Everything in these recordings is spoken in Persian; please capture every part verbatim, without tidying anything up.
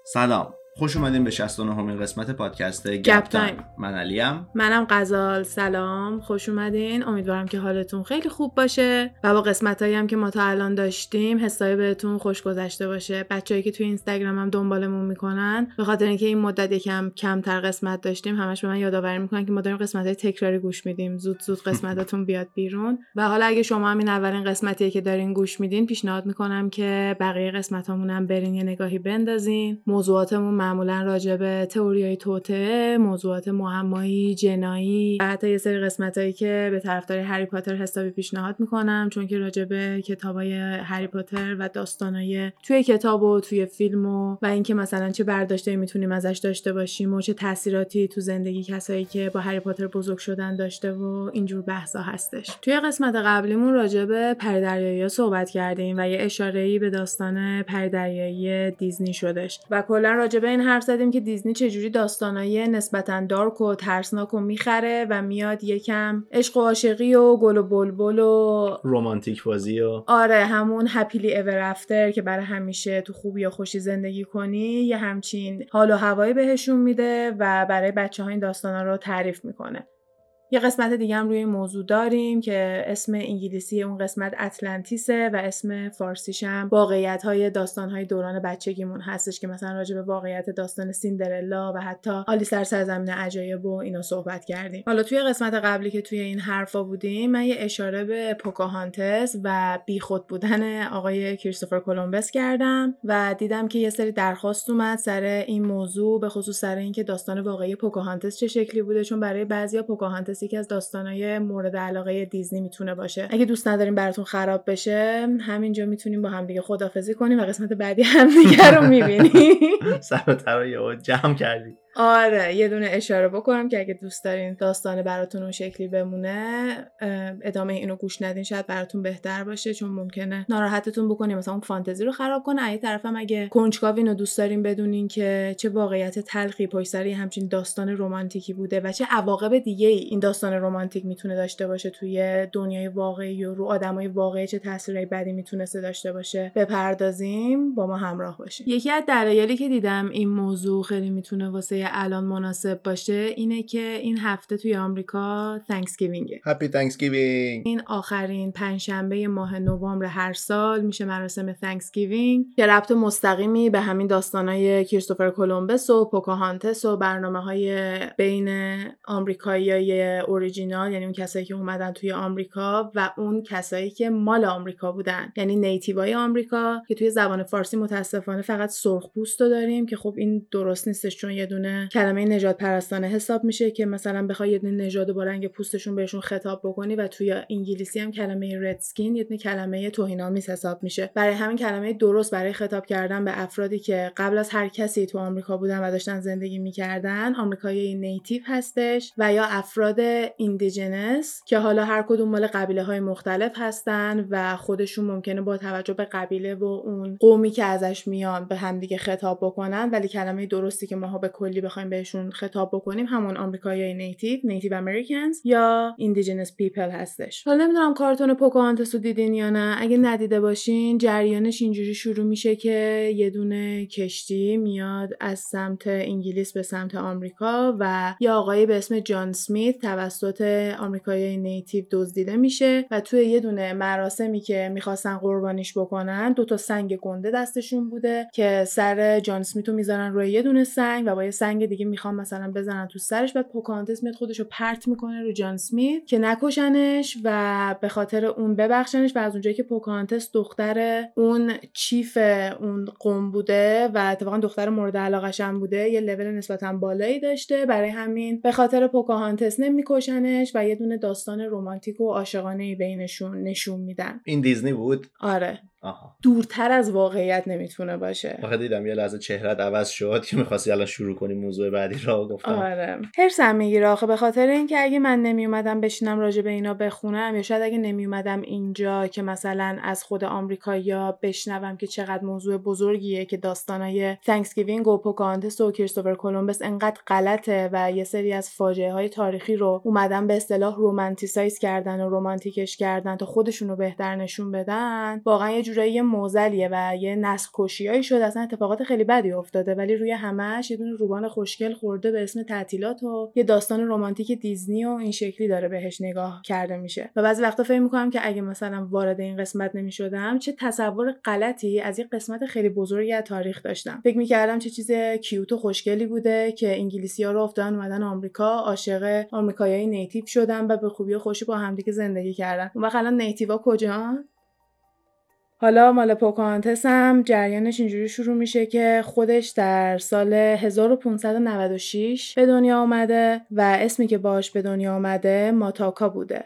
سلام، خوش اومدین به شصت و نهمین قسمت پادکست گپ تایم. من علیم. منم غزال. سلام، خوش اومدین. امیدوارم که حالتون خیلی خوب باشه و با قسمتایی هم که ما تا الان داشتیم حسای بهتون خوش گذشته باشه. بچه‌ای که توی اینستاگرام هم دنبالمون میکنن به خاطر اینکه این مدت یکم کمتر قسمت داشتیم همش به من یادآوری میکنن که ما داریم قسمت‌های تکراری گوش میدیم. زود زود قسمتاتون بیاد بیرون. و حالا اگه شما هم این اولین قسمتیه که دارین گوش میدین، پیشنهاد میکنم که بقیه قسمتامون هم برین یه نگاهی بندازین. موضوعاتمون معمولا راجع به تئوریای توطئه، موضوعات معمایی، جنایی و حتی یه سری قسمتایی که به طرفدار هری پاتر حسابی پیشنهاد میکنم، چون که راجع به کتابای هری پاتر و داستانای توی کتاب و توی فیلم و, و اینکه مثلا چه برداشتی میتونیم ازش داشته باشیم و چه تاثیراتی تو زندگی کسایی که با هری پاتر بزرگ شدن داشته و اینجور بحثا هستش. توی قسمت قبلیمون راجع به پری‌دریایی‌ها صحبت کردیم و یه اشاره‌ای به داستان پری‌دریایی دیزنی شدش و کلا راجع به این حرف زدیم که دیزنی چجوری داستانای نسبتاً دارک و ترسناک و میخره و میاد یکم عشق و عاشقی و گل و بلبل و رومانتیک بازی و آره همون هپیلی ایور افتر که برای همیشه تو خوبی و خوشی زندگی کنی یه همچین حال و هوایی بهشون میده و برای بچه‌ها این داستانا رو تعریف میکنه. یه قسمت دیگه هم روی این موضوع داریم که اسم انگلیسی اون قسمت اتلانتیسه و اسم فارسیش هم واقعیت‌های داستان‌های دوران بچگیمون هستش که مثلا راجع به واقعیت داستان سیندرلا و حتی آلیس در سرزمین عجایب و اینا صحبت کردیم. حالا توی قسمت قبلی که توی این حرفا بودیم من یه اشاره به پوکاهانتس و بیخود بودن آقای کریستوفر کلمبس کردم و دیدم که یه سری درخواست اومد سر این موضوع، به خصوص سر اینکه داستان واقعی پوکاهانتس چه شکلی بوده، چون برای بعضیا پوکاهانتس یکی از داستانای مورد علاقه دیزنی میتونه باشه. اگه دوست ندارین براتون خراب بشه همینجا میتونیم با هم دیگه خداحافظی کنیم و قسمت بعدی هم دیگه رو میبینیم. سر ترا جمع کردی. آره یه دونه اشاره بکنم که اگه دوست دارین داستان براتون اون شکلی بمونه ادامه اینو گوش ندین، شاید براتون بهتر باشه، چون ممکنه ناراحتتون بکنه مثلا اون فانتزی رو خراب کنه. از طرفم اگه کنجکاو اینو دوست دارین بدونین که چه واقعیت تلخی پشت سر همچین داستان رمانتیکی بوده و چه عواقب دیگه ای این داستان رمانتیک میتونه داشته باشه توی دنیای واقعی و رو آدمای واقعی، چه تاثیرای بدی میتونسته داشته باشه، بپردازیم، با ما همراه باشین. یکی از دلایلی که دیدم این موضوع خیلی میتونه واسه الان مناسب باشه اینه که این هفته توی آمریکا تانکسگیوینگه. هپی تانکسگیوینگ. این آخرین پنجشنبه ماه نوامبر هر سال میشه مراسم تانکسگیوینگ که ربط مستقیمی به همین داستانای کریستوفر کلمبس و پوکاهانتس و برنامه‌های بین آمریکاییای اوریجینال، یعنی اون کسایی که اومدن توی آمریکا و اون کسایی که مال آمریکا بودن، یعنی نیتیوای آمریکا، که توی زبان فارسی متاسفانه فقط سرخپوستو داریم که خب این درست نیستش، چون یه دونه کلمه نژاد پرستانه حساب میشه که مثلا بخوای یه دونه نژاد با رنگ پوستشون بهشون خطاب بکنی و توی انگلیسی هم کلمه رد اسکین یه دونه کلمه توهین‌آمیز حساب میشه. برای همین کلمه درست برای خطاب کردن به افرادی که قبل از هر کسی تو آمریکا بودن و داشتن زندگی میکردن آمریکایی نیتیو هستش و یا افراد ایندیجنس که حالا هر کدوم مال قبیله‌های مختلف هستن و خودشون ممکنه با توجه به قبیله و اون قومی که ازش میان به همدیگه خطاب بکنن، ولی کلمه درستی که ماها به کلی بخوایم بهشون خطاب بکنیم همون آمریکاییای نیتیو، نیتیو امریکنز یا ایندیجنس پیپل هستش. حالا نمیدونم کارتون پوکاهانتس رو دیدین یا نه. اگه ندیده باشین جریانش اینجوری شروع میشه که یه دونه کشتی میاد از سمت انگلیس به سمت آمریکا و یه آقایی به اسم جان اسمیت توسط آمریکاییای نیتیو دزدیده میشه و توی یه دونه مراسمی که میخواستن قربانیش بکنن دو تا سنگ گنده دستشون بوده که سر جان اسمیت رو میذارن روی یه دونه سنگ و با یه سنگ دیگه میخوام مثلا بزنن تو سرش، بعد پوکاهانتس میاد خودشو پرت میکنه رو جان اسمیت که نکشنش و به خاطر اون ببخشنش و از اونجایی که پوکاهانتس دختر اون چیف اون قوم بوده و اتفاقا دختر مورد علاقش هم بوده، یه لول نسبتا بالایی داشته، برای همین به خاطر پوکاهانتس نمیکشنش و یه دونه داستان رمانتیک و عاشقانه‌ای بینشون نشون میدن. این دیزنی بود؟ آره. آها. دورتر از واقعیت نمیتونه باشه. آخه دیدم یه لحظه چهرهت عوض شد که می‌خواستی الان شروع کنی موضوع بعدی رو. گفتم آره هرسم میگیره آخه به خاطر اینکه اگه من نمیومدم بشینم راجع به اینا بخونم یا شاید اگه نمیومدم اینجا که مثلا از خود آمریکایی‌ها بشنوم که چقدر موضوع بزرگیه که داستانای تانکسگیوینگ و پوکاهانتس و کریستوفر کلمبس انقدر غلطه و یه سری از فاجعه‌های تاریخی رو اومدن به اصطلاح رومانتیسایز کردن و رمانتیکش کردن تا خودشونو بهتر نشون بدن، واقعا یه جورایی معضلیه و یه نسل کشیایی شد، اصلا اتفاقات خیلی بدی افتاده، ولی روی همش یه دونه روبان خوشگل خورده به اسم تعطیلات و یه داستان رمانتیک دیزنی و این شکلی داره بهش نگاه کرده میشه. و بعضی وقتا فکر می‌کنم که اگه مثلا وارد این قسمت نمی‌شدم چه تصور غلطی از یه قسمت خیلی بزرگی از تاریخ داشتم. فکر می‌کردم چه چیز کیوت و خوشگلی بوده که انگلیسی‌ها رو افتادن اومدن آمریکا، عاشق آمریکاییای نیتیو شدن و به خوبی و خوشی با همدیگه زندگی کردن. اون وقت الان نیتیوا کجان؟ حالا مال پوکاهانتس هم جریانش اینجوری شروع میشه که خودش در سال هزار و پانصد و نود و شش به دنیا اومده و اسمی که باش به دنیا اومده ماتاکا بوده.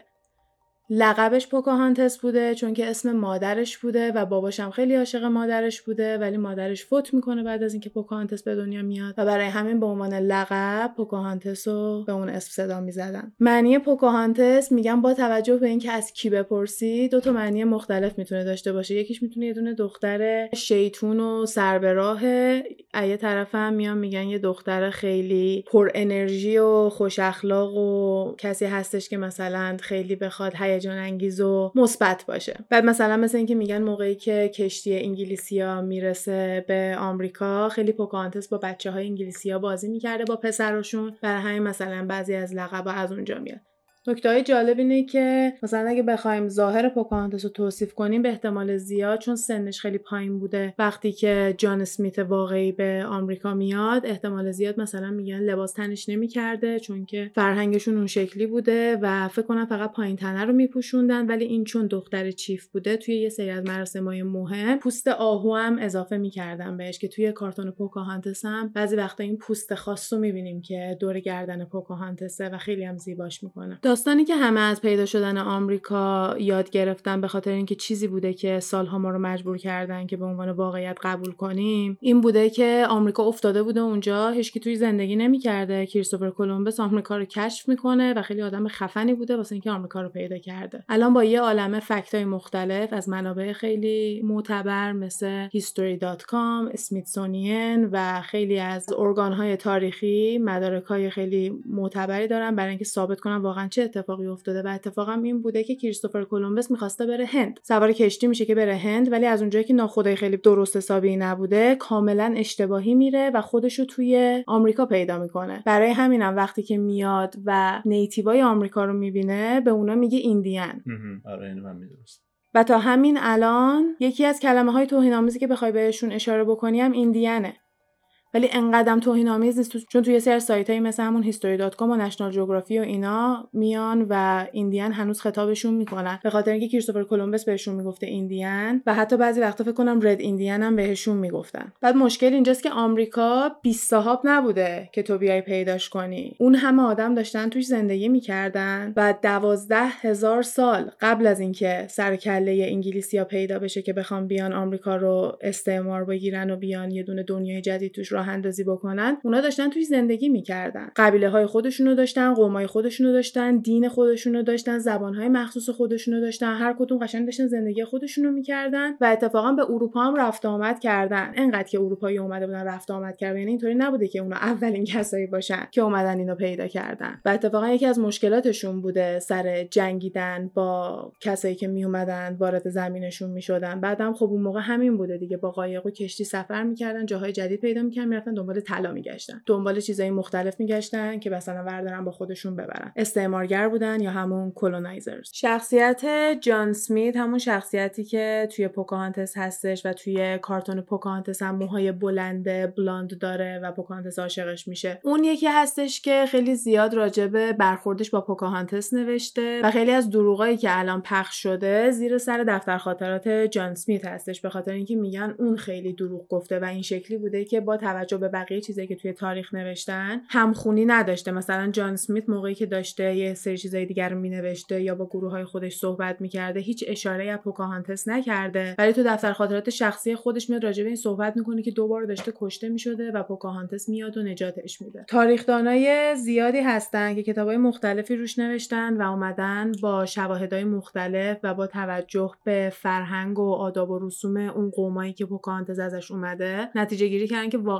لقبش پوکاهانتس بوده چون که اسم مادرش بوده و باباش هم خیلی عاشق مادرش بوده، ولی مادرش فوت میکنه بعد از اینکه پوکاهانتس به دنیا میاد و برای همین به عنوان لقب پوکاهانتس رو به اون اسم صدا میزدن. معنی پوکاهانتس میگم با توجه به اینکه از کی بپرسی دو تا معنی مختلف میتونه داشته باشه. یکیش میتونه یه دونه دختر شیطون و سر به راهه، یه طرف هم میان میگن یه دختر خیلی پر انرژی و خوش اخلاق و کسی هستش که مثلا خیلی بخواد هیجان انگیز و مثبت باشه. بعد مثلا مثلا اینکه میگن موقعی که کشتی انگلیسی‌ها میرسه به آمریکا خیلی پوکاهانتس با بچه‌های انگلیسی‌ها بازی میکرده با پسراشون، برای همین مثلا بعضی از لقب‌ها از اونجا میاد. نکته جالب اینه که مثلا اگه بخوایم ظاهر پوکاهانتس رو توصیف کنیم به احتمال زیاد چون سنش خیلی پایین بوده وقتی که جان اسمیت واقعی به آمریکا میاد، احتمال زیاد مثلا میگن لباس تنش نمی‌کرده چون که فرهنگشون اون شکلی بوده و فکر کنم فقط پایین تنه رو میپوشوندن، ولی این چون دختر چیف بوده توی یه سری از مراسم‌های مهم پوست آهو هم اضافه می‌کردن بهش که توی کارتون پوکاهانتس هم بعضی وقتا این پوست خاص رو می‌بینیم که دور گردن پوکاهانتسه و خیلی هم زیباش می‌کنه. داستانی که همه از پیدا شدن آمریکا یاد گرفتن به خاطر اینکه چیزی بوده که سالها ما رو مجبور کردن که به عنوان واقعیت قبول کنیم، این بوده که آمریکا افتاده بوده اونجا، هیچکی توی زندگی نمی‌کرده. کریستوفر کلمبوس آمریکا رو کشف میکنه و خیلی آدم خفنی بوده واسه اینکه آمریکا رو پیدا کرده. الان با یه عالمه فکتای مختلف از منابع خیلی معتبر مثل هیستوری دات کام، اسمیتسونین و خیلی از ارگان‌های تاریخی مدارک‌های خیلی معتبری دارن برای اینکه ثابت کنن واقعا چه اتفاقی افتاده. و اتفاقم این بوده که کریستوفر کلمبوس می‌خواسته بره هند، سوار کشتی میشه که بره هند، ولی از اونجایی که ناخدای خیلی درست حسابی نبوده کاملا اشتباهی میره و خودشو توی آمریکا پیدا میکنه. برای همینم وقتی که میاد و نیتیوای آمریکا رو میبینه به اونا میگه ایندیان. آره اینو من میدونم. و تا همین الان یکی از کلمه‌های توهین‌آمیزی که بخوای بهشون اشاره بکنی هم ایندیانه، ولی انقدرم توهین‌آمیز نیست چون توی سری سایتایی مثل همون هیستوری دات کام و نشنال جغرافی و اینا میان و ایندیان هنوز خطابشون میکنن به خاطر اینکه کریستوفر کلمبوس بهشون میگفته ایندیان و حتی بعضی وقتا فکر کنم رد ایندیان هم بهشون میگفتن. بعد مشکل اینجاست که آمریکا بیست صاحب نبوده که تو بیای پیداش کنی، اون همه آدم داشتن توش زندگی میکردن و دوازده هزار سال قبل از اینکه سر کله انگلیسی‌ها پیدا بشه که بخوام بیان آمریکا رو استعمار بگیرن و بیان یه دونه دنیای جدید توش راه اندازی بکنن، اونا داشتن توی زندگی میکردن. قبیله های خودشونو داشتن، قومای خودشونو داشتن، دین خودشونو داشتن، زبانهای مخصوص خودشونو داشتن، هر کدوم قشنگ داشتن زندگی خودشونو میکردن و اتفاقا به اروپا هم رفت آمد کردن. انقدر که اروپایی اومده بودن رفت آمد کردن، یعنی اینطوری نبوده که اونا اولین کسایی باشن که اومدن اینو پیدا کردن. و اتفاقا یکی از مشکلاتشون بوده سر جنگیدن با کسایی که می اومدن وارد زمینشون میشدن. بعدم خب اون موقع همین بوده دیگه، با قایق و کشتی سفر میکردن، جاهای جدید پیدا میکردن، میرفتن دنبال طلا میگشتن، دنبال چیزای مختلف میگشتن که مثلا وردارن با خودشون ببرن. استعمارگر بودن یا همون کلونایزرز. شخصیت جان اسمیت همون شخصیتی که توی پوکاهانتس هستش و توی کارتون پوکاهانتس هم موهای بلند بلاند داره و پوکاهانتس عاشقش میشه. اون یکی هستش که خیلی زیاد راجب برخوردش با پوکاهانتس نوشته و خیلی از دروغایی که الان پخش شده زیر سر دفتر خاطرات جان اسمیت هستش، به خاطر اینکه میگن اون خیلی دروغ گفته و این شکلی بوده که با توجه به بقیه چیزایی که توی تاریخ نوشتن همخونی نداشته. مثلا جان اسمیت موقعی که داشته یه سری چیزای دیگر رو مینوشته یا با گروه‌های خودش صحبت می‌کرده هیچ اشاره‌ای از پوکاهانتس نکرده، ولی تو دفتر خاطرات شخصی خودش میاد راجع به این صحبت می‌کنه که دو بار داشته کشته می‌شده و پوکاهانتس میاد و نجاتش میده. تاریخ‌دانای زیادی هستن که کتابای مختلفی روش نوشتن و اومدن با شواهدهای مختلف و با توجه به فرهنگ و آداب و رسوم اون قومایی که پوکاهانتس ازش اومده نتیجه گیری کردن که واقعا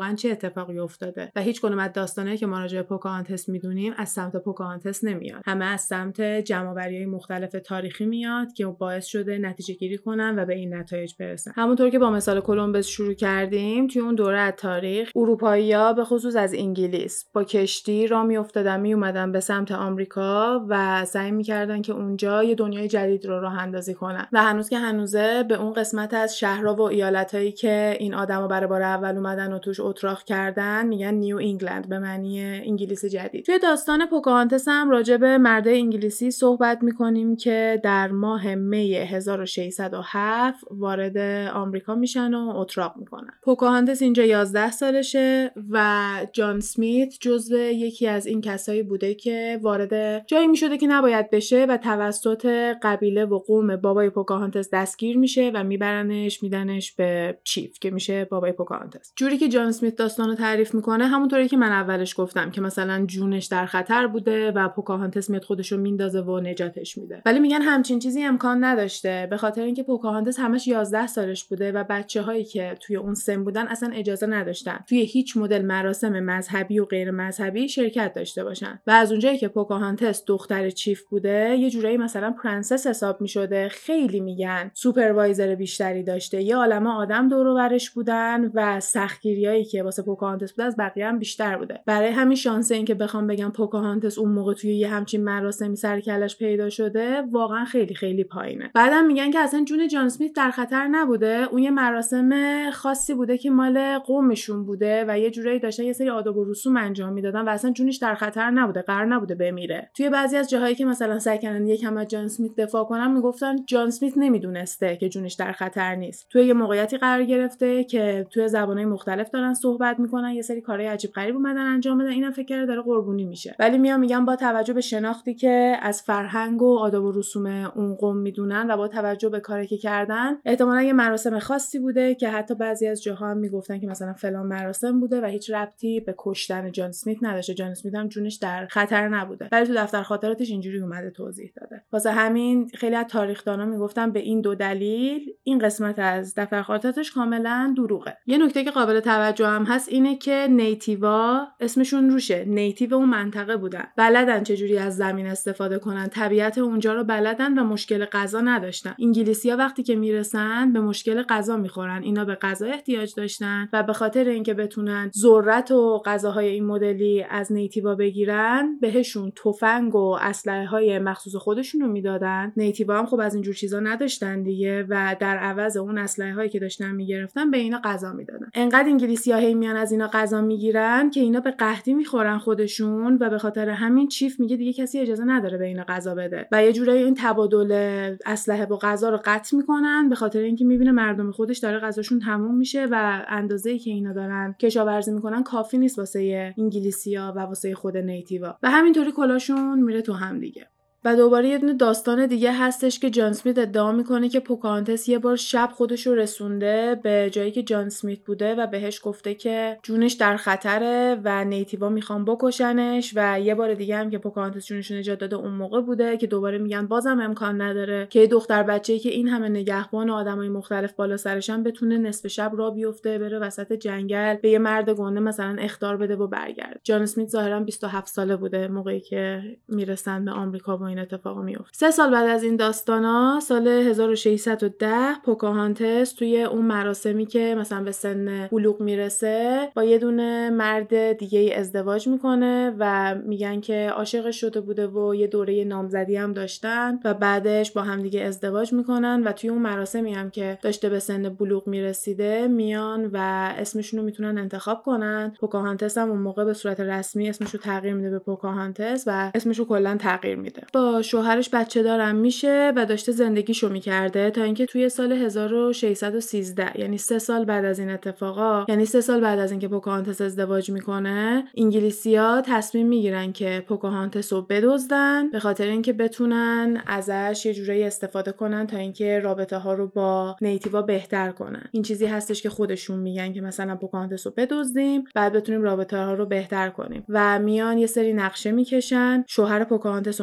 واقعا چه اتفاقی افتاده و هیچ کدوم از داستانایی که ما راجع به پوکاهانتس میدونیم از سمت پوکاهانتس نمیاد، همه از سمت جمع‌آوری‌های مختلف تاریخی میاد که باعث شده نتیجه گیری کنن و به این نتایج برسن. همونطور که با مثال کلمبس شروع کردیم، توی اون دوره از تاریخ اروپایی‌ها به خصوص از انگلیس با کشتی راه میافتادن میومدن به سمت آمریکا و سعی میکردن که اونجا یه دنیای جدید رو راه اندازی کنن و هنوز که هنوزه به اون قسمت از شهرها و ایالتایی که این آدما برای بار اول اومدن و توش اتراق کردن میگن نیو انگلند به معنی انگلیس جدید. توی داستان پوکاهانتس هم راجع به مرد انگلیسی صحبت میکنیم که در ماه می هزار و ششصد و هفت وارد آمریکا میشن و اتراق میکنن. پوکاهانتس اینجا یازده سالشه و جان اسمیت جزو یکی از این کسایی بوده که وارد جایی میشده که نباید بشه و توسط قبیله و قوم بابای پوکاهانتس دستگیر میشه و میبرنش میدنش به چیف که میشه بابای پوکاهانتس. جوری که جان اسمیت داستانو تعریف میکنه همونطوری که من اولش گفتم که مثلا جونش در خطر بوده و پوکاهانتس میاد خودشو میندازه و نجاتش میده، ولی میگن همچین چیزی امکان نداشته به خاطر اینکه پوکاهانتس همش یازده سالش بوده و بچه‌هایی که توی اون سن بودن اصلا اجازه نداشتن توی هیچ مدل مراسم مذهبی و غیر مذهبی شرکت داشته باشن و از اونجایی که پوکاهانتس دختر چیف بوده یه جورایی مثلا پرنسس حساب میشده، خیلی میگن سوپروایزر بیشتری داشته، یه عالمه آدم دور و برش بودن و سختگیریایی که واسه پوکاهانتس بود از بقیه هم بیشتر بوده. برای همین شانس این که بخوام بگم پوکاهانتس اون موقع توی یه همچین مراسمی سر کلش پیدا شده واقعا خیلی خیلی پایینه. بعدم میگن که اصلا جون جان اسمیت در خطر نبوده، اون یه مراسم خاصی بوده که مال قومشون بوده و یه جورایی داشتن یه سری آداب و رسوم انجام میدادن و اصلا جونش در خطر نبوده، قرار نبوده بمیره. توی بعضی از جاهایی که مثلا سعی کردن یکم از جان اسمیت دفاع کنن میگفتن جان اسمیت نمیدونسته که جونش در خطر نیست، توی یه موقعیتی قرار گرفته که توی زبانهای مختلف دارن صحبت میکنن، یه سری کارهای عجیب غریب اومدن انجام بدن، اینم فکر کرده داره قربونی میشه. ولی میام میگم با توجه به شناختی که از فرهنگ و آداب و رسوم اون قوم میدونن و با توجه به کاری که کردن احتمالاً یه مراسم خاصی بوده که حتی بعضی از جاها هم میگفتن که مثلا فلان مراسم بوده و هیچ ربطی به کشتن جان اسمیت نداشته، جان اسمیت هم جونش در خطر نبوده، ولی تو دفتر خاطراتش اینجوری اومده توضیح داده. واسه همین خیلی از تاریخ‌دانا میگفتن به این دو دلیل این قسمت از دفتر خاطراتش کاملا دروغه. یه نکته که قابل توجه هم هست اینه که نیتیوا اسمشون روشه، نیتیو اون منطقه بودن، بلدن چجوری از زمین استفاده کنن، طبیعت اونجا رو بلدن و مشکل غذا نداشتن. انگلیسی‌ها وقتی که میرسن به مشکل غذا میخورن، اینا به غذا احتیاج داشتن و به خاطر اینکه بتونن ذرت و غذاهای این مدلی از نیتیوا بگیرن بهشون تفنگ و اسلحه‌های مخصوص خودشون رو میدادن. نیتیوا هم خب از اینجور چیزا نداشتن دیگه و در عوض اون اسلحه‌هایی که داشتن میگرفتن به اینا غذا میدادن. انقدر انگلیسی‌ها هی میان از اینا غذا میگیرن که اینا به قحطی میخورن خودشون و به خاطر همین چیف میگه دیگه کسی اجازه نداره به اینا غذا بده و یه جورایی این تبادل اسلحه با غذا رو قطع میکنن به خاطر اینکه میبینه مردم خودش داره غذاشون تموم میشه و اندازه‌ای که اینا دارن کشاورزی میکنن کافی نیست واسه انگلیسی‌ها و واسه خود نیتیوا و همینطوری کلاشون میره تو هم دیگه. و دوباره یه دونه داستان دیگه هستش که جان اسمیت ادعا میکنه که پوکاهانتس یه بار شب خودش رو رسونده به جایی که جان اسمیت بوده و بهش گفته که جونش در خطره و نیتیوا میخوان بکشنش و یه بار دیگه هم که پوکاهانتس جونش رو نجات داده اون موقع بوده که دوباره میگن بازم امکان نداره که یه دختر بچه‌ای که این همه نگهبان و آدمای مختلف بالا سرشن بتونه نصف شب راه بیفته بره وسط جنگل به یه مرد گنده مثلا اخطار بده و برگرده. جان اسمیت ظاهرا بیست و هفت ساله بوده موقعی که میرسن به آمریکا و این اتفاق میفته. سه سال بعد از این داستانا سال هزار و ششصد و ده پوکاهانتس توی اون مراسمی که مثلا به سن بلوغ میرسه با یه دونه مرد دیگه ازدواج میکنه و میگن که عاشقش شده بوده و یه دوره نامزدی هم داشتن و بعدش با هم دیگه ازدواج میکنن و توی اون مراسمی هم که داشته به سن بلوغ میرسیده میان و اسمشون رو میتونن انتخاب کنن. پوکاهانتس هم اون موقع به صورت رسمی اسمش رو تغییر میده به پوکاهانتس و اسمش رو کلا تغییر میده. با شوهرش بچه دارم میشه و داشته زندگیشو میکرده تا اینکه توی سال هزار و ششصد و سیزده یعنی سه سال بعد از این اتفاقا یعنی سه سال بعد از اینکه پوکاهانتس ازدواج میکنه انگلیسی‌ها تصمیم میگیرن که پوکاهانتس رو بدزدن به خاطر اینکه بتونن ازش یه جورایی استفاده کنن تا اینکه رابطه ها رو با نیتیوا بهتر کنن. این چیزی هستش که خودشون میگن که مثلا پوکاهانتس رو بدزدیم بعد بتونیم رابطه ها رو بهتر کنیم و میان یه سری نقشه میکشن، شوهر پوکاهانتس رو میکشن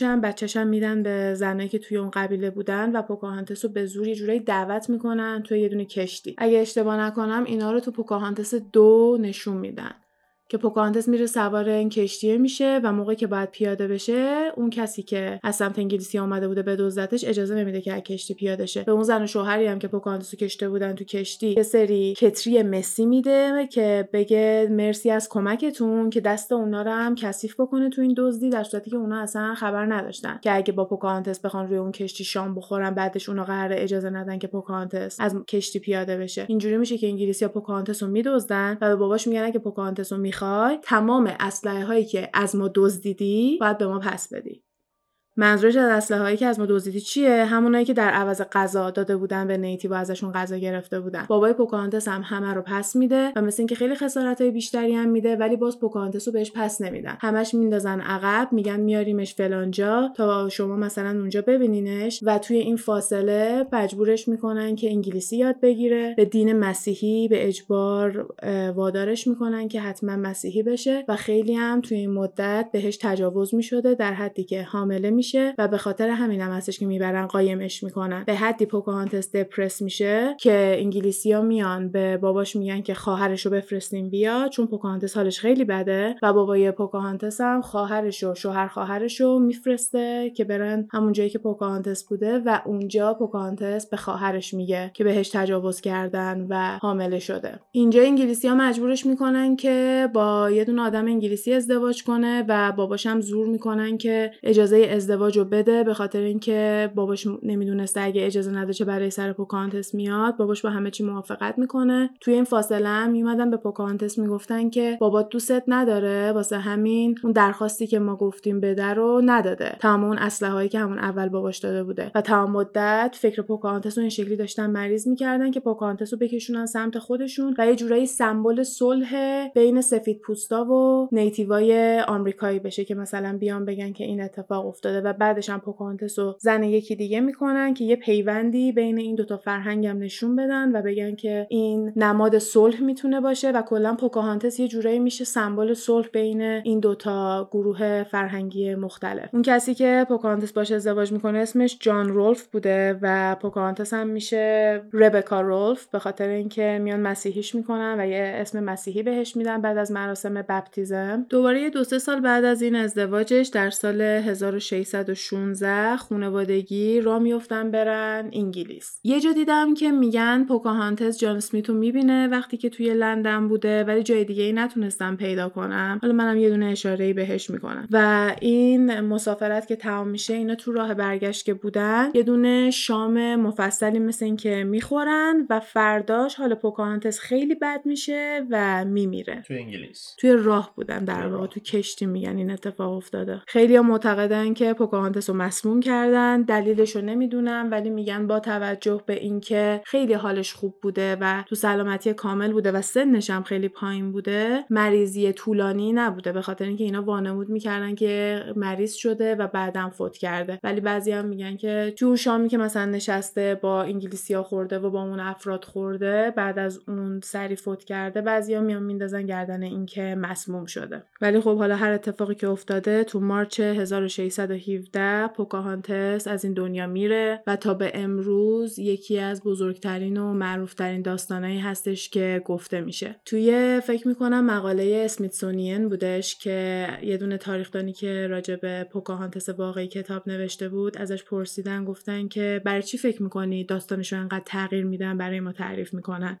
باشن، بچه‌شم میدن به زنایی که توی اون قبیله بودن و پوکاهانتس رو به زور یه جورایی دعوت میکنن توی یه دونه کشتی. اگه اشتباه نکنم اینا رو تو پوکاهانتس دو نشون میدن که پوکاهانتس میره سوار این کشتی میشه و موقعی که باید پیاده بشه اون کسی که از سمت انگلیسی اومده بوده به دزدتش اجازه نمیده که از کشتی پیاده شه. به اون زن و شوهری هم که پوکاهانتس رو کشته بودن تو کشتی یه سری کتری مسی میده که بگه مرسی از کمکتون، که دست اونا رو هم کثیف بکنه تو این دزدی، در صورتی که اونا اصلا خبر نداشتن که اگه با پوکاهانتس بخوان روی اون کشتی شام بخورن بعدش اونا قراره اجازه ندن که پوکاهانتس از کشتی پیاده بشه. اینجوری میشه که انگلیسی‌ها پوکاهانتس رو میدزدن و به باباش میگن که پوکاهانتس رو میخوای تمام اسلحه هایی که از ما دزدیدی باید به ما پس بدی. منظورش از اسلحه هایی که از ما دزدیدی چیه؟ همونایی که در عوض غذا داده بودن به نیتیو و ازشون غذا گرفته بودن. بابای پوکاهانتس هم همه رو پس میده و مثل اینکه خیلی خسارتای بیشتری هم میده، ولی باز پوکاهانتس رو بهش پس نمیدن. همش میندازن عقب، میگن میاریمش فلانجا تا شما مثلا اونجا ببینینش و توی این فاصله مجبورش میکنن که انگلیسی یاد بگیره، به دین مسیحی به اجبار وادارش میکنن که حتما مسیحی بشه و خیلی هم توی این مدت بهش تجاوز میشده در حدی که حامله میشه و به خاطر همین هم هستش که میبرن قایمش میکنن. به حدی پوکاهانتس دپرس میشه که انگلیسی‌ها میان به باباش میگن که خواهرشو بفرستین بیا، چون پوکاهانتس حالش خیلی بده و بابای پوکاهانتس هم خواهرشو شوهر خواهرشو میفرسته که برن همون جایی که پوکاهانتس بوده و اونجا پوکاهانتس به خواهرش میگه که بهش تجاوز کردن و حامله شده. اینجا انگلیسی‌ها مجبورش میکنن که با یه دونه آدم انگلیسی ازدواج کنه و باباش هم زور میکنن که اجازه ازدواجو بده، به خاطر اینکه باباش نمیدونسته اگه اجازه نده چه برای سر پوکاهانتس میاد. باباش با همه چی موافقت میکنه. توی این فاصله هم میومدن به پوکاهانتس میگفتن که بابات دوست نداره، واسه همین اون درخواستی که ما گفتیم بده رو نداده، تمام اون اسلحه‌ای که همون اول باباش داده بوده. و تمام مدت فکر پوکاهانتس رو این شکلی داشتن مریض میکردن که پوکاهانتس رو بکشونن سمت خودشون و یه جورایی سمبل صلح بین سفیدپوستا و نیتیوای آمریکایی بشه، که مثلا بیان بگن که این اتفاق افتاده و بعدش هم پوکاهانتس رو زن یکی دیگه میکنن که یه پیوندی بین این دوتا فرهنگ هم نشون بدن و بگن که این نماد صلح میتونه باشه و کلا پوکاهانتس یه جورایی میشه سمبل صلح بین این دوتا گروه فرهنگی مختلف. اون کسی که پوکاهانتس باشه ازدواج میکنه اسمش جان رولف بوده و پوکاهانتس هم میشه ربکا رولف، به خاطر اینکه میان مسیحیش میکنن و یه اسم مسیحی بهش میدن بعد از مراسم بپتیزم. دوباره یه دو سه سال بعد از این ازدواجش در سال هزار و ششصد و شانزده خانوادگی راه میافتن برن انگلیس. یه جا دیدم که میگن پوکاهانتس جان اسمیت رو میبینه وقتی که توی لندن بوده، ولی جای دیگه ای نتونستم پیدا کنم. حالا منم یه دونه اشاره‌ای بهش میکنم. و این مسافرت که تمام میشه، اینا تو راه برگشت که بودن یه دونه شام مفصلی مثل این که میخورن و فرداش حالا پوکاهانتس خیلی بد میشه و میمیره. تو انگلیس توی راه بودن در واقع، تو کشتی میگن این اتفاق افتاده. خیلی ها معتقدن که پوکاهانتس رو مسموم کردن، دلیلش رو نمیدونم، ولی میگن با توجه به اینکه خیلی حالش خوب بوده و تو سلامتی کامل بوده و سنش هم خیلی پایین بوده، مریضی طولانی نبوده، به خاطر اینکه اینا وانمود میکردن که مریض شده و بعدم فوت کرده. ولی بعضیا هم میگن که تو شامی که مثلا نشسته با انگلیسی‌ها خورده و با اون افراد خورده، بعد از اون سری فوت کرده. بعضیا میان میندازن گردن این که مسموم شده. ولی خب حالا هر اتفاقی که افتاده، تو مارچ هزار و ششصد و هفده پوکاهانتس از این دنیا میره و تا به امروز یکی از بزرگترین و معروفترین داستانایی هستش که گفته میشه. توی فکر میکنم مقاله اسمیتسونین بودش که یه دونه تاریخدانی که راجع به پوکاهانتس واقعی کتاب نوشته بود، ازش پرسیدن، گفتن که برای چی فکر میکنی داستانشو انقدر تغییر میدن برای ما تعریف میکنن؟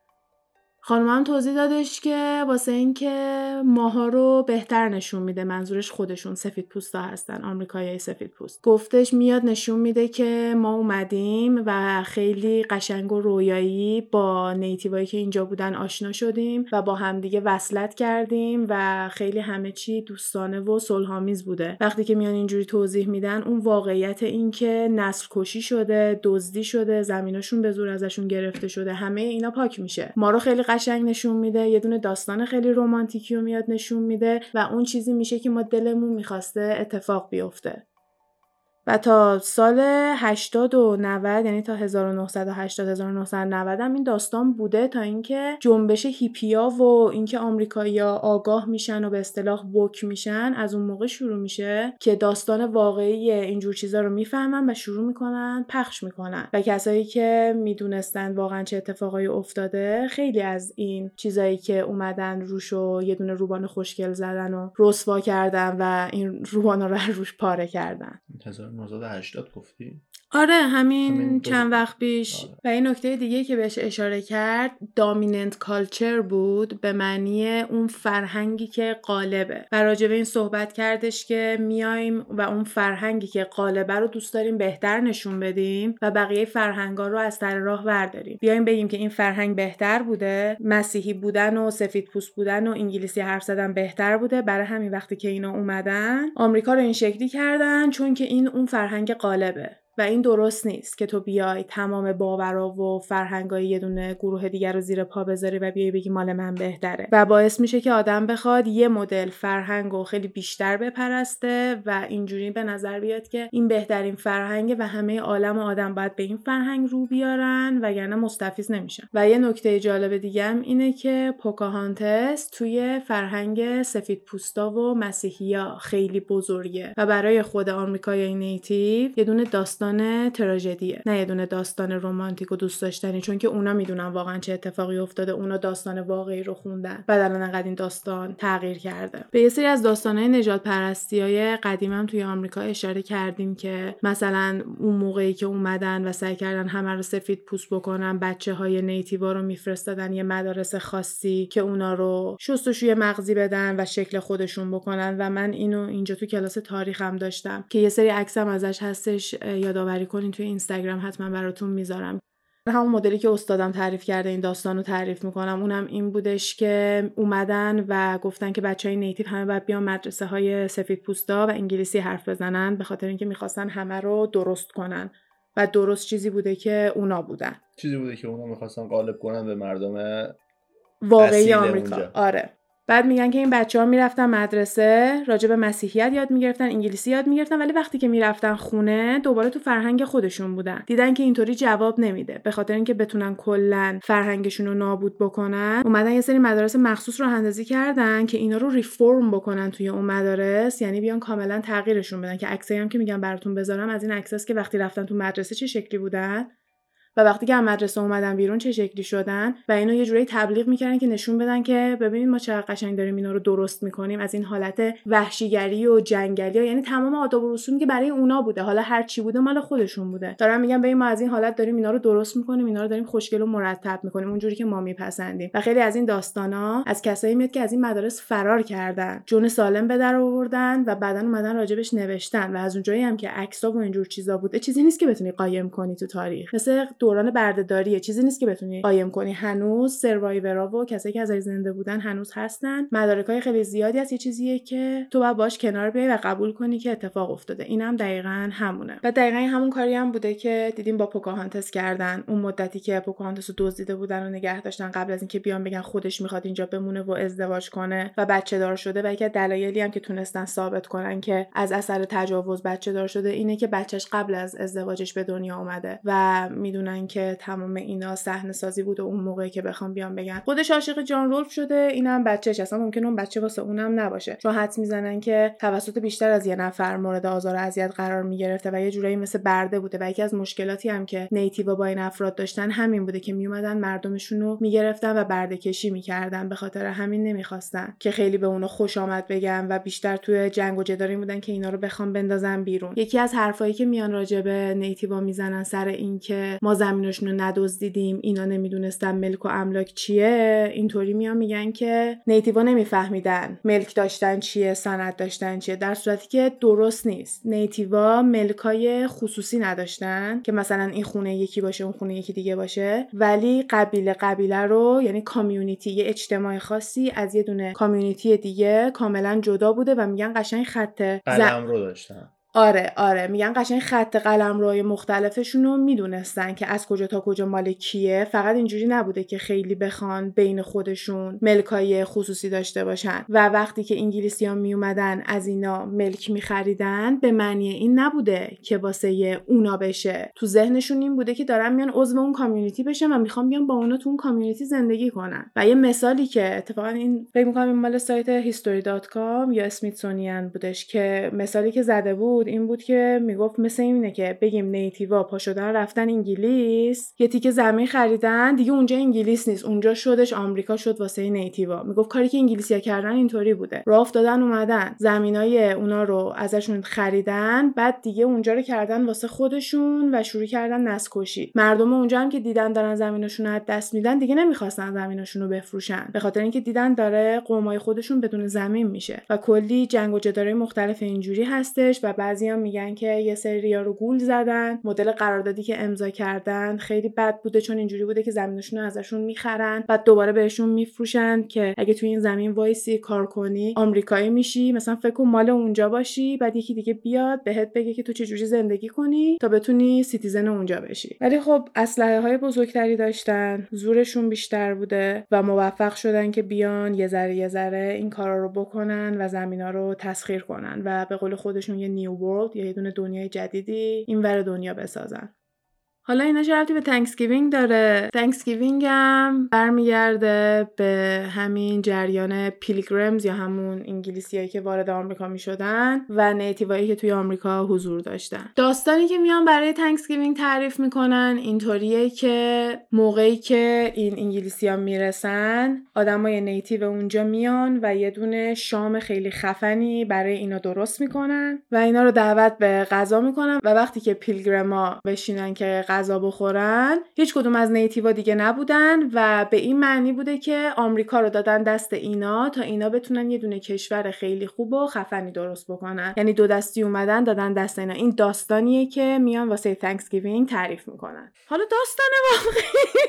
خانمم توضیح دادش که واسه این که ماها رو بهتر نشون میده، منظورش خودشون سفیدپوستا هستن، آمریکاییای سفیدپوست. گفتش میاد نشون میده که ما اومدیم و خیلی قشنگ و رویایی با نیتیوایی که اینجا بودن آشنا شدیم و با همدیگه وصلت کردیم و خیلی همه چی دوستانه و صلح‌آمیز بوده. وقتی که میان اینجوری توضیح میدن، اون واقعیت این که نسل کشی شده، دزدی شده، زمیناشون به زور ازشون گرفته شده، همه اینا پاک میشه. ما رو خیلی قشنگ نشون میده، یه دونه داستان خیلی رمانتیکی رو میاد نشون میده و اون چیزی میشه که ما دلمون میخواسته اتفاق بیفته. و تا سال هشتاد و نود، یعنی تا هزار و نهصد و هشتاد هزار و نهصد و نود هم این داستان بوده، تا اینکه جنبش هیپیا و اینکه آمریکایی‌ها آگاه میشن و به اصطلاح وک میشن از اون موقع شروع میشه که داستان واقعی اینجور چیزا رو میفهمن و شروع میکنن پخش میکنن و کسایی که میدونستن واقعا چه اتفاقایی افتاده خیلی از این چیزایی که اومدن روش و یه دونه روبان خوشگل زدن و رسوا کردن و این روبانا رو روش پاره کردن. هزار و نهصد و هشتاد گفتی؟ آره همین, همین چند دوز... وقت پیش. آره. و این نکته دیگه که بهش اشاره کرد دامیننت کالچر بود، به معنی اون فرهنگی که غالبه و راجع به این صحبت کردش که میایم و اون فرهنگی که غالبه رو دوست داریم بهتر نشون بدیم و بقیه فرهنگا رو از سر راه برداریم. بیایم بگیم که این فرهنگ بهتر بوده، مسیحی بودن و سفید پوست بودن و انگلیسی حرف زدن بهتر بوده، برای همین وقتی که اینا اومدن آمریکا رو این شکلی کردن چون که این اون فرهنگ غالبه. و این درست نیست که تو بیای تمام باورا و فرهنگای یه دونه گروه دیگر رو زیر پا بذاری و بیای بگی مال من بهتره و باعث میشه که آدم بخواد یه مدل فرهنگو خیلی بیشتر بپرسته و اینجوری به نظر بیاد که این بهترین فرهنگه و همه عالم و آدم باید به این فرهنگ رو بیارن وگرنه مستفیض نمیشن. و یه نکته جالب دیگه هم اینه که پوکاهانتس توی فرهنگ سفید پوستا و مسیحیا خیلی بزرگه و برای خود آمریکای نیتیو یه دونه داستان داستان تراژدیه، نه یه دونه داستان رمانتیک و دوست داشتنی، چون که اونا میدونن واقعا چه اتفاقی افتاده، اونا داستان واقعی رو خوندن بعد الان انقدر این داستان تغییر کرده. به یه سری از داستانهای نجات پرستیای قدیمم توی آمریکا اشاره کردیم که مثلا اون موقعی که اومدن و سعی کردن همه رو سفید پوست بکنن، بچه‌های نیتیوا رو میفرستادن یه مدارس خاصی که اونا رو شستشوی مغزی بدن و شکل خودشون بکنن. و من اینو اینجا تو کلاس تاریخم داشتم که یه سری عکسم ازش هستش، یادآوری کنین توی اینستاگرام حتما براتون میذارم. همون مدلی که استادم تعریف کرده این داستان رو تعریف میکنم. اونم این بودش که اومدن و گفتن که بچهای نیتیو همه باید بیان مدرسه های سفید پوستا و انگلیسی حرف بزنن، به خاطر اینکه میخواستن همه رو درست کنن و درست چیزی بوده که اونا بودن، چیزی بوده که اونا میخواستن غالب کنن به مردم واقعی آمریکا. اونجا. آره. بعد میگن که این بچه‌ها میرفتن مدرسه راجع به مسیحیت یاد میگرفتن، انگلیسی یاد میگرفتن، ولی وقتی که میرفتن خونه دوباره تو فرهنگ خودشون بودن. دیدن که اینطوری جواب نمیده، به خاطر اینکه بتونن کلا فرهنگشون رو نابود بکنن اومدن یه سری مدارس مخصوص رو اندازی کردن که اینا رو ریفورم بکنن توی اون مدارس، یعنی بیان کاملا تغییرشون بدن. که عکسایی هم که میگم براتون بذارم از این عکساست که وقتی رفتن تو مدرسه چه شکلی بودن و وقتی که از مدرسه اومدن بیرون چه شکلی شدن و اینو یه جوری تبلیغ میکردن که نشون بدن که ببینید ما چقدر قشنگ داریم اینا رو درست میکنیم از این حالت وحشیگری و جنگلی، یعنی تمام آداب و رسومی که برای اونا بوده، حالا هر چی بوده مال خودشون بوده، دارن میگن ببین ما از این حالت داریم اینا رو درست میکنیم، اینا رو داریم خوشگل و مرتب میکنیم اونجوری که ما میپسندیم. و خیلی از این داستانا از کسایی میاد که از این مدارس فرار کردن، جون سالم به در آوردن و بعدن اومدن راجبش نوشتن و از اونجایی هم که عکس‌ها و اینجور چیزا بوده چیزی نیست که بتونی قایم کنی تو تاریخ. مثل دوران بردهداریه، چیزی نیست که بتونی قایم کنی. هنوز سروایورا و کسایی که از زنده بودن هنوز هستن، مدارکای خیلی زیادی هست، یه چیزیه که تو باید باش کنار بیای و قبول کنی که اتفاق افتاده. اینم دقیقاً همونه. و دقیقاً همون کاری هم بوده که دیدیم با پوکاهانتس کردن. اون مدتی که پوکاهانتس رو دزدیده بودن و نگه داشتن قبل از اینکه بیان بگن خودش میخواد اینجا بمونه و ازدواج کنه و بچه دار شده. و یکی از دلایلی هم که تونستن ثابت کنن که از اثر تجاوز بچه دار شده اینه که بچهش قبل از ازدواجش به دنیا اومده و میدونن که تمام اینا صحنه سازی بوده اون موقعی که بخوام بیان بگن خودش عاشق جان رولف شده، اینم بچه‌ش، اصلا ممکنه اون بچه واسه اونم نباشه، چون حدس میزنن که توسط بیشتر از یه نفر مورد آزار و اذیت قرار میگرفته و یه جورایی مثل برده بوده. و یکی از مشکلاتی هم که نیتیو با این افراد داشتن همین بوده که میومدن مردمشون رو میگرفتن و برده کشی میکردن، به خاطر همین نمیخواستن که خیلی به اونو خوش آمد بگن و بیشتر توی جنگ و جداری بودن که اینا رو بخوام بندازن بیرون. یکی از حرفایی که میان راجع به نیتیو میزنن سر این که ما زمیناشون رو ندزدیدیم، اینا نمیدونستن ملک و املاک چیه، اینطوری میان میگن که نیتیو نمیفهمیدن ملک داشتن چیه، سند داشتن چیه، در صورتی که درست نیست. نیتیو ملکای خصوصی نداشتن که مثلا این خونه یکی باشه اون خونه یکی دیگه باشه، ولی قبیله قبیله رو، یعنی کامیونیتی، یه اجتماع خاصی از یه دونه کامیونیتی دیگه کاملا جدا بوده و میگن قشنگ خط قلم رو داشتن. آره آره میگن قشنگ خط قلمروهای مختلفشون رو میدونستن که از کجا تا کجا مال کیه، فقط اینجوری نبوده که خیلی بخوان بین خودشون ملکای خصوصی داشته باشن و وقتی که انگلیسی‌ها می اومدن از اینا ملک می‌خریدن به معنی این نبوده که واسه اونا بشه، تو ذهنشون این بوده که دارن میان عضو اون کامیونیتی بشن و میخوان بیان با اونا تو اون کامیونیتی زندگی کنن. و یه مثالی که اتفاقا این فکر می‌کنم این مال سایت هیستوری دات کام یا اسمیتسونیان بودش که مثالی که زده بود این بود که میگفت مثل اینه که بگیم نیتیوا پا شدن رفتن انگلیس، یه تیکه زمین خریدن، دیگه اونجا انگلیس نیست، اونجا شدش آمریکا شد واسه نیتیوا. میگفت کاری که انگلیسی‌ها کردن اینطوری بوده، راه افتادن اومدن زمینای اونا رو ازشون خریدن، بعد دیگه اونجا رو کردن واسه خودشون و شروع کردن نسل‌کشی. مردم اونجا هم که دیدن دارن زمیناشون رو از دست میدن دیگه نمیخواستن زمیناشون رو بفروشن، به خاطر اینکه دیدن داره قومای خودشون بدون زمین میشه. و کلی جنگ و جدال مختلف اینجوری هستش و بعضیا میگن که یه سریا رو گول زدن، مدل قراردادی که امضا کردن خیلی بد بوده چون اینجوری بوده که زمیناشون رو ازشون میخرن بعد دوباره بهشون میفروشن که اگه توی این زمین وایسی کار کنی آمریکایی میشی، مثلا فکر کن مال اونجا باشی، بعد یکی دیگه بیاد بهت بگه که تو چه جوری زندگی کنی تا بتونی سیتیزن اونجا بشی. ولی خب اسلحه های بزرگتری داشتن، زورشون بیشتر بوده و موفق شدن که بیان یه ذره یه ذره این کارا رو بکنن و زمینا رو تسخیر کنن و به قول خودشون یه نیو ورلد یا یه دونه دنیای جدیدی اینور دنیا بسازن. حالا اینا چه ربطی به تانکسگیوینگ داره؟ تانکسگیوینگ هم برمیگرده به همین جریان پیلگرمز یا همون انگلیسیایی که وارد آمریکا میشدن و نیتیوایی که توی آمریکا حضور داشتن. داستانی که میان برای تانکسگیوینگ تعریف میکنن اینطوریه که موقعی که این انگلیسی‌ها میرسن آدمای نیتیو اونجا میان و یه دونه شام خیلی خفنی برای اینا درست میکنن و اینا رو دعوت به غذا میکنن و وقتی که پیلگرما بشینن که غذا بخورن هیچ کدوم از نیتیوا دیگه نبودن و به این معنی بوده که آمریکا رو دادن دست اینا تا اینا بتونن یه دونه کشور خیلی خوب و خفنی درست بکنن، یعنی دو دستی اومدن دادن دست اینا. این داستانیه که میان واسه تانکسگیوینگ تعریف میکنن. حالا داستان واقعی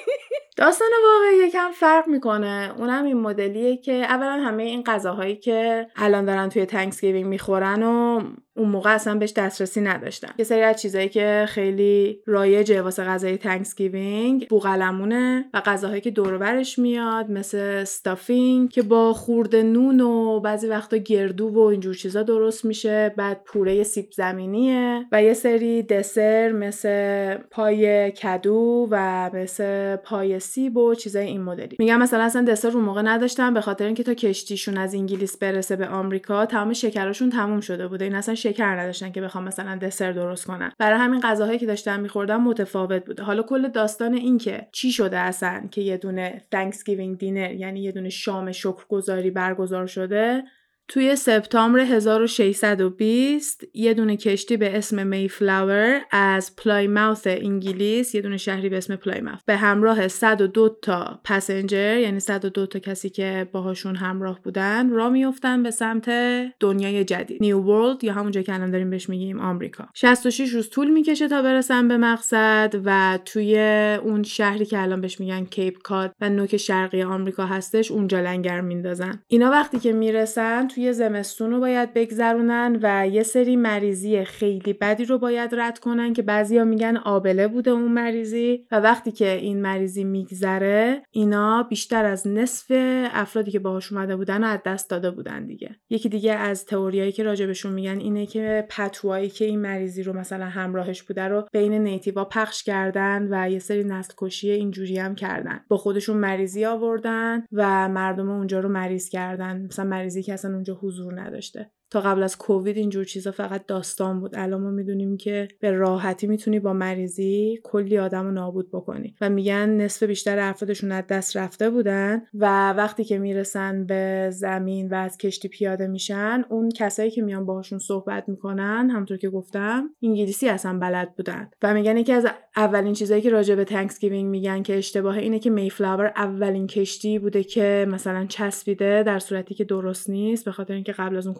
داستان واقعی یکم فرق میکنه، اونم این مدلیه که اولا همه این غذاهایی که الان دارن توی تانکسگیوینگ میخورن و اون موقع اصلا بهش دسترسی نداشتن. یه سری از چیزایی که خیلی رایجه واسه غذای تانکسگیوینگ بوقلمونه و غذاهایی که دور و برش میاد مثل استافینگ که با خورده نون و بعضی وقتا گردو و اینجور چیزا درست میشه، بعد پوره سیب زمینیه و یه سری دسر مثل پای کدو و مثل پای سیب و چیزای این مدلی. میگم مثلا اصلا دسر رو موقع نداشتن به خاطر اینکه تا کشتیشون از انگلیس برسه به آمریکا تمام شکراشون تموم شده بوده، این اصلا شکر نداشتن که بخوام مثلا دسر درست کنن. برای همین غذاهایی که داشتن می‌خوردن متفاوت بوده. حالا کل داستان این که چی شده اصلا که یه دونه تانکسگیوینگ دینر یعنی یه دونه شام شکرگزاری برگزار شده، توی سپتامبر هزار و ششصد و بیست یه دونه کشتی به اسم میفلاور از پلایماوث انگلیس، یه دونه شهری به اسم پلایماوث، به همراه صد و دو تا پسنجر یعنی صد و دو تا کسی که باهاشون همراه بودن راه میافتن به سمت دنیای جدید، نیو ورلد یا همونجا که الان داریم بهش میگیم آمریکا. شصت و شش روز طول میکشه تا برسن به مقصد و توی اون شهری که الان بهش میگن کیپ کاد و نوک شرقی آمریکا هستش اونجا لنگر میندازن. اینا وقتی که میرسن توی زمستون رو باید بگذرونن و یه سری مریضی خیلی بدی رو باید رد کنن که بعضیا میگن آبله بوده اون مریضی و وقتی که این مریضی میگذره اینا بیشتر از نصف افرادی که باهاش اومده بودن از دست داده بودن دیگه. یکی دیگه از تئوریایی که راجبشون میگن اینه که پتوایی که این مریضی رو مثلا همراهش بوده رو بین نیتیوا پخش کردن و یه سری نسل کشی اینجوری هم کردن، با خودشون مریضی آوردن و مردم اونجا رو مریض کردن، مثلا مریضی که اصلا اونجا حضور نداشته. تا قبل از کووید اینجور چیزا فقط داستان بود، الان ما میدونیم که به راحتی میتونی با مریضی کلی آدمو نابود بکنی و میگن نصف بیشتر افرادشون از دست رفته بودن و وقتی که میرسن به زمین و از کشتی پیاده میشن اون کسایی که میان باهاشون صحبت میکنن همونطور که گفتم انگلیسی اصلا بلد بودن و میگن یکی از اولین چیزایی که راجع به تانکسگیوینگ میگن که اشتباهه اینه که میفلاور اولین کشتی بوده که مثلا چسبیده، در صورتی که درست نیست، به خاطر اینکه قبل از اون کلی آدم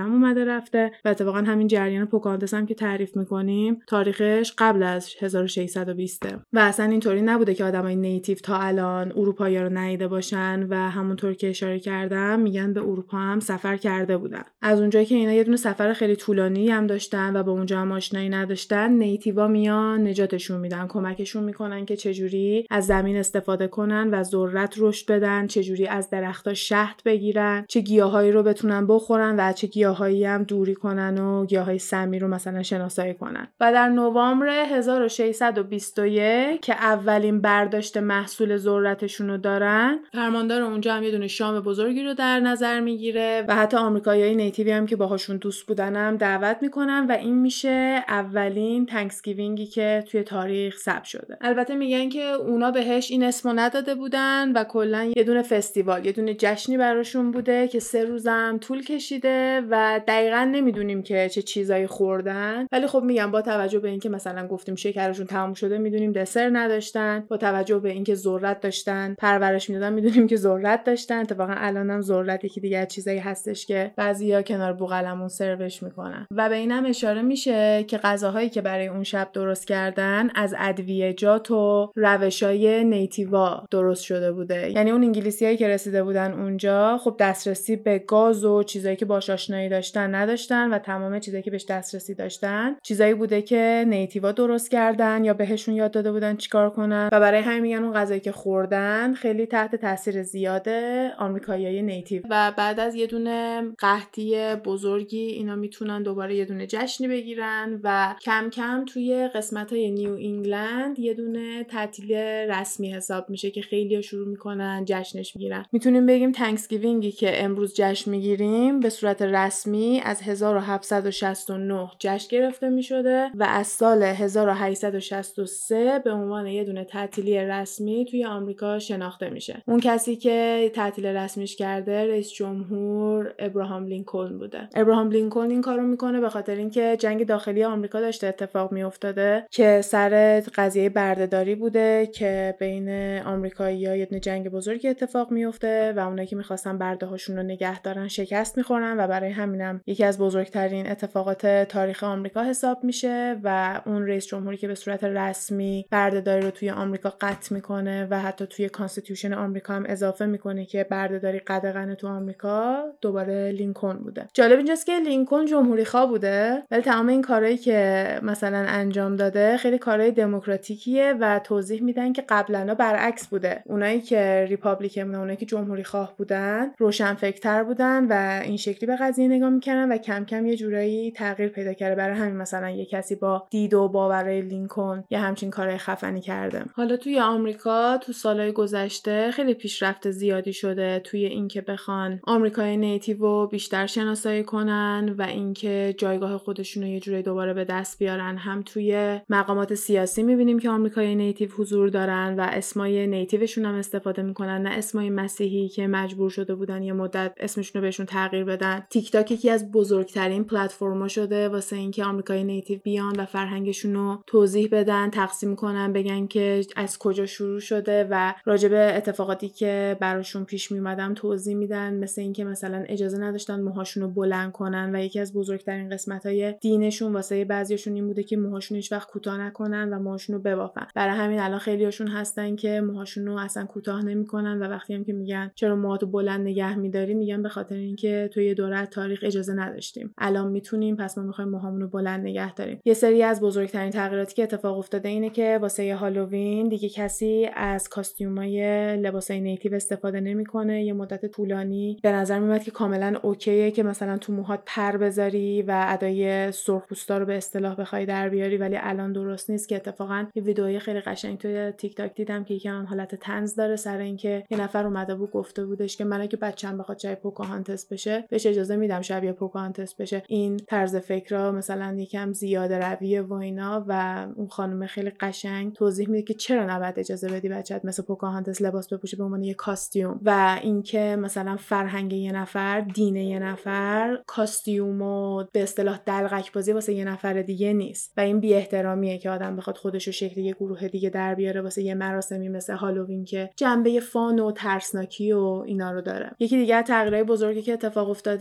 یادم اومده رفته و اتفاقا همین جریان پوکانتس هم که تعریف میکنیم تاریخش قبل از هزار و ششصد و بیست و اصلا اینطوری نبوده که آدمای نیتیو تا الان اروپایی رو ندیده باشن و همونطور که اشاره کردم میگن به اروپا هم سفر کرده بودن. از اونجایی که اینا یه دونه سفر خیلی طولانی هم داشتن و با اونجا هم آشنایی نداشتن، نیتیوا میان نجاتشون میدن، کمکشون میکنن که چجوری از زمین استفاده کنن و ذرت رشد بدن، چجوری از درخت‌ها شهد بگیرن، چه گیاهایی رو بتونن بخورن و چه گیاهایی هم دوری کنن و گیاهای سمی رو مثلا شناسایی کنن. و در نوامبر هزار و ششصد و بیست و یک که اولین برداشت محصول ذرتشون رو دارن، فرماندار اونجا هم یه دونه شام بزرگی رو در نظر میگیره و حتی آمریکاییای نیتیوی هم که باهاشون دوست بودنم دعوت میکنن و این میشه اولین تانکسگیوینگی که توی تاریخ ثبت شده. البته میگن که اونا بهش این اسمو نداده بودن و کلا یه دونه فستیوال، یه دونه جشنی براشون بوده که سه روزم طول کشیده و دقیقاً نمیدونیم که چه چیزایی خوردن، ولی خب میگم با توجه به اینکه مثلا گفتیم شکرشون تموم شده میدونیم دسر نداشتن، با توجه به اینکه ذرت داشتن پرورش میدادن میدونیم که ذرت داشتن. اتفاقا الانم ذرت یکی دیگه از چیزایی هستش که بعضیا کنار بوقلمون سروش میکنن. و به اینم اشاره میشه که غذاهایی که برای اون شب درست کردن از ادویه‌جات و روشای نیتیوا درست شده بوده. یعنی اون انگلیسیایی که رسیده بودن اونجا خب دسترسی به گاز و چیزایی که باهاش آشنایی داشتن نداشتن و تمام چیزایی که بهش دسترسی داشتن چیزایی بوده که نیتیوا درست کردن یا بهشون یاد داده بودن چیکار کنن و برای همین میگن اون غذایی که خوردن خیلی تحت تاثیر زیاد آمریکاییای نیتیو. و بعد از یه دونه قحطی بزرگی اینا میتونن دوباره یه دونه جشنی بگیرن و کم کم توی قسمت‌های نیو انگلند یه دونه تعطیل رسمی حساب میشه که خیلی‌ها شروع میکنن جشنش میگیرن. میتونیم بگیم تانکسگیوینگی که امروز جشن میگیریم به صورت رسمی از هزار و هفتصد و شصت و نه جشن گرفته میشده و از سال هزار و هشتصد و شصت و سه به عنوان یه دونه تعطیلی رسمی توی آمریکا شناخته میشه. اون کسی که تعطیل رسمیش کرده رئیس جمهور ابراهام لینکلن بوده. ابراهام لینکلن این کارو میکنه به خاطر اینکه جنگ داخلی آمریکا داشته اتفاق میافتاده که سر قضیه بردهداری بوده که بین آمریکایی‌ها یه دونه جنگ بزرگی اتفاق میفته و اونایی که میخواستن برده‌هاشون رو نگه دارن شکست میخورن و برای همینم یکی از بزرگترین اتفاقات تاریخ آمریکا حساب میشه و اون رئیس جمهوری که به صورت رسمی بردهداری رو توی آمریکا قطع میکنه و حتی توی کانستیتوشن آمریکا هم اضافه میکنه که بردهداری قدغن تو آمریکا دوباره لینکلن بوده. جالب اینجاست که لینکلن جمهوری خواه بوده ولی تمام این کارهایی که مثلا انجام داده خیلی کارهای دموکراتیکیه و توضیح میدن که قبلا برعکس بوده. اونایی که ریپابلیکن بودن، اونایی که جمهوری خواه بودن روشنفکرتر بودن و این شکلی به قضیه نگاه میکنن و کم کم یه جورایی تغییر پیدا کرده. برای همین مثلا یه کسی با دید و باورای لینکلن یه همچین کارهای خفنی کرده. حالا توی آمریکا تو سالهای گذشته خیلی پیشرفت زیادی شده توی اینکه بخوان آمریکای نیتیو رو بیشتر شناسایی کنن و اینکه جایگاه خودشون رو یه جوری دوباره به دست بیارن. هم توی مقامات سیاسی میبینیم که آمریکای نیتیو حضور دارن و اسمای نیتیوشون هم استفاده میکنن، نه اسمای مسیحی که مجبور شده بودن یه مدت اسمشون رو بهشون تغییر بدن. تیک تاک یکی از بزرگترین پلتفرما شده واسه اینکه آمریکای نیتیو بیان و فرهنگشون رو توضیح بدن، تقسیم کنن، بگن که از کجا شروع شده و راجع به اتفاقاتی که براشون پیش میومدن توضیح میدن. مثل اینکه مثلا اجازه نداشتن موهاشون رو بلند کنن و یکی از بزرگترین قسمت‌های دینشون واسه بعضیاشون این بوده که موهاشون هیچ وقت کوتاه نکنن و موهاشون رو ببافن. برای همین الان خیلیاشون هستن که موهاشون رو اصلا کوتاه نمیکنن و وقتی هم که میگن چرا موهاتو بلند نگه می‌داری میگن به خاطر اینکه توی یه دوره تاریخ اجازه نداشتیم، الان میتونیم، پس ما می‌خوایم موهامون رو بلند نگه داریم. یه سری از بزرگترین تغییراتی که اتفاق افتاده اینه که واسه هالووین دیگه کسی از کاستیومای لباسای نیتیو استفاده نمیکنه. یه مدت طولانی به نظر میاد که کاملا اوکیه که مثلا تو موهات پر بذاری و ادای سرخپوستا رو به اصطلاح بخوای در بیاری، ولی الان درست نیست. که اتفاقا یه ویدئوی خیلی قشنگ توی تیک تاک دیدم که یکم حالت طنز داره سر اینکه یه نفر اومده بود گفته بودش که من اگه بچه‌م بخواد شبیه پوکاهانتس بشه بهش اجازه میدم شبیه پوکاهانتس بشه. این طرز فکرها مثلا یکم زیاده رویه و اینا و اون خانم خیلی قشنگ توضیح میده که چرا نباید اجازه بدی بچه‌ت مثل پوکاهانتس لباس بپوشه به عنوان یه کاستیوم و اینکه مثلا فرهنگ یه نفر، دین یه نفر، کاستیوم و به اصطلاح دلقک بازی واسه یه نفر دیگه نیست و این بی احترامیه که آدم بخواد خودشو شکل یه گروه دیگه در بیاره واسه یه مراسمی مثل هالووین که جنبه فان و ترسناکی و اینا رو داره. یکی دیگه تغییرای بزرگی که اتفاق افتاده